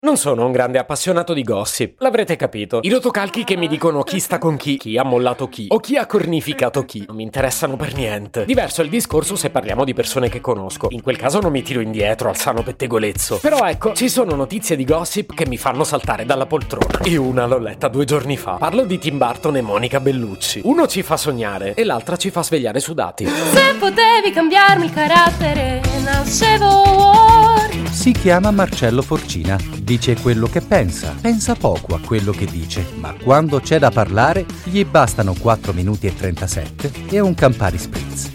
Non sono un grande appassionato di gossip, l'avrete capito. I rotocalchi che mi dicono chi sta con chi ha mollato chi, o chi ha cornificato chi, non mi interessano per niente. Diverso è il discorso se parliamo di persone che conosco. In quel caso non mi tiro indietro al sano pettegolezzo. Però ecco, ci sono notizie di gossip che mi fanno saltare dalla poltrona. E una l'ho letta 2 giorni fa. Parlo di Tim Burton e Monica Bellucci. Uno ci fa sognare e l'altra ci fa svegliare sudati. Se potevi cambiarmi il carattere, nascevo. Si chiama Marcello Forcina. Dice quello che pensa poco a quello che dice, ma quando c'è da parlare gli bastano 4 minuti e 37 e un Campari Spritz.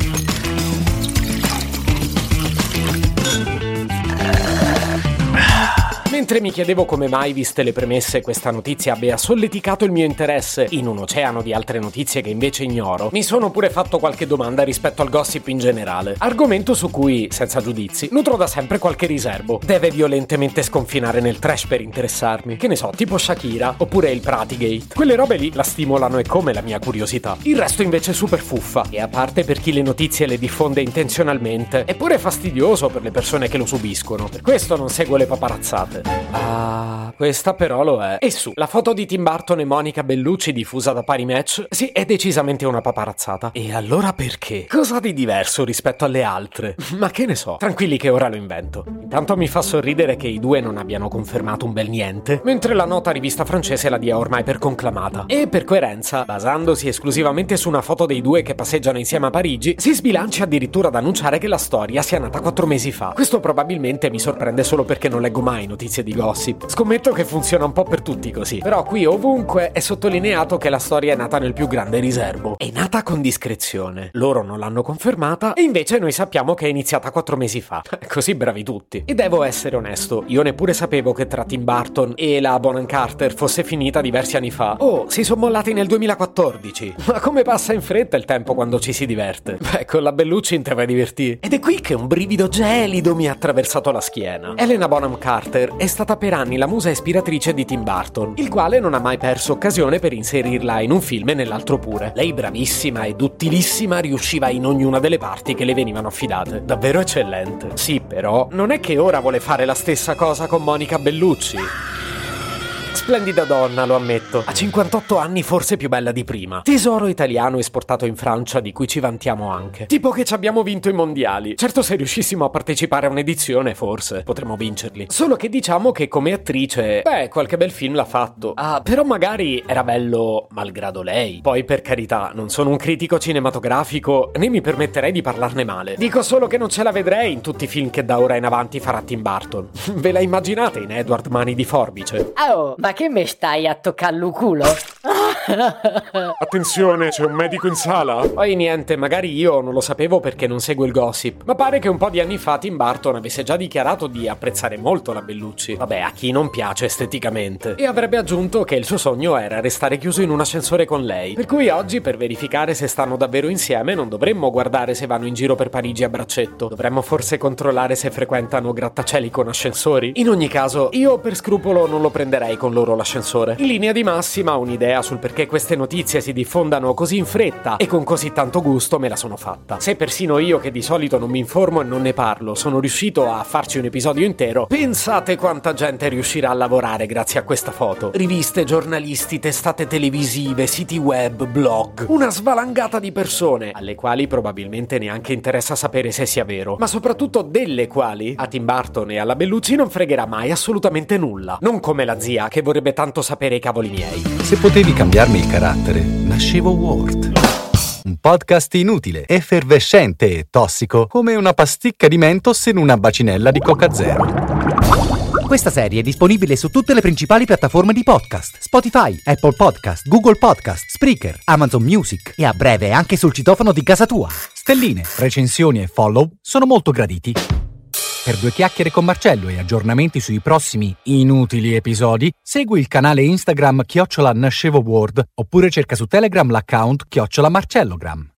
Mentre mi chiedevo come mai, viste le premesse, questa notizia abbia solleticato il mio interesse in un oceano di altre notizie che invece ignoro, mi sono pure fatto qualche domanda rispetto al gossip in generale. Argomento su cui, senza giudizi, nutro da sempre qualche riservo. Deve violentemente sconfinare nel trash per interessarmi. Che ne so, tipo Shakira, oppure il Pratygate. Quelle robe lì la stimolano e come la mia curiosità. Il resto invece è super fuffa. E a parte per chi le notizie le diffonde intenzionalmente, è pure fastidioso per le persone che lo subiscono. Per questo non seguo le paparazzate. Ah, questa però lo è. E su, la foto di Tim Burton e Monica Bellucci diffusa da Parimatch, sì, è decisamente una paparazzata. E allora perché? Cosa di diverso rispetto alle altre? Ma che ne so, tranquilli che ora lo invento. Intanto mi fa sorridere che i due non abbiano confermato un bel niente, mentre la nota rivista francese la dia ormai per conclamata. E per coerenza, basandosi esclusivamente su una foto dei due che passeggiano insieme a Parigi, si sbilancia addirittura ad annunciare che la storia sia nata 4 mesi fa. Questo probabilmente mi sorprende solo perché non leggo mai notizie di gossip. Scommetto che funziona un po' per tutti così. Però qui ovunque è sottolineato che la storia è nata nel più grande riservo. È nata con discrezione. Loro non l'hanno confermata e invece noi sappiamo che è iniziata 4 mesi fa. Così bravi tutti. E devo essere onesto, io neppure sapevo che tra Tim Burton e la Bonham Carter fosse finita diversi anni fa. Oh, si sono mollati nel 2014. Ma come passa in fretta il tempo quando ci si diverte? Beh, con la Bellucci in te vai a divertire. Ed è qui che un brivido gelido mi ha attraversato la schiena. Helena Bonham Carter è stata per anni la musa ispiratrice di Tim Burton, il quale non ha mai perso occasione per inserirla in un film e nell'altro pure. Lei, bravissima e duttilissima, riusciva in ognuna delle parti che le venivano affidate. Davvero eccellente. Sì, però, non è che ora vuole fare la stessa cosa con Monica Bellucci. Splendida donna, lo ammetto. A 58 anni forse più bella di prima. Tesoro italiano esportato in Francia di cui ci vantiamo anche. Tipo che ci abbiamo vinto i mondiali. Certo, se riuscissimo a partecipare a un'edizione forse potremmo vincerli. Solo che diciamo che come attrice, qualche bel film l'ha fatto. Ah, però magari era bello malgrado lei. Poi per carità, non sono un critico cinematografico né mi permetterei di parlarne male. Dico solo che non ce la vedrei in tutti i film che da ora in avanti farà Tim Burton. Ve la immaginate in Edward Mani di Forbice? Oh, ma che me stai a toccare il culo? Attenzione, c'è un medico in sala. Poi niente, magari io non lo sapevo perché non seguo il gossip, ma pare che un po' di anni fa Tim Burton avesse già dichiarato di apprezzare molto la Bellucci. Vabbè, a chi non piace esteticamente. E avrebbe aggiunto che il suo sogno era restare chiuso in un ascensore con lei. Per cui oggi, per verificare se stanno davvero insieme, non dovremmo guardare se vanno in giro per Parigi a braccetto. Dovremmo forse controllare se frequentano grattacieli con ascensori. In ogni caso, io per scrupolo non lo prenderei con loro l'ascensore. In linea di massima, un'idea sul perché queste notizie si diffondano così in fretta e con così tanto gusto me la sono fatta. Se persino io, che di solito non mi informo e non ne parlo, sono riuscito a farci un episodio intero, pensate quanta gente riuscirà a lavorare grazie a questa foto. Riviste, giornalisti, testate televisive, siti web, blog. Una svalangata di persone, alle quali probabilmente neanche interessa sapere se sia vero, ma soprattutto delle quali a Tim Burton e alla Bellucci non fregherà mai assolutamente nulla. Non come la zia, che vorrebbe tanto sapere i cavoli miei. Se potevi cambiarmi il carattere, nascevo Ward. Un podcast inutile, effervescente e tossico, come una pasticca di Mentos in una bacinella di Coca Zero. Questa serie è disponibile su tutte le principali piattaforme di podcast: Spotify, Apple Podcast, Google Podcast, Spreaker, Amazon Music e a breve anche sul citofono di casa tua. Stelline, recensioni e follow sono molto graditi. Per 2 chiacchiere con Marcello e aggiornamenti sui prossimi inutili episodi, segui il canale Instagram @NascevoWord oppure cerca su Telegram l'account @Marcellogram.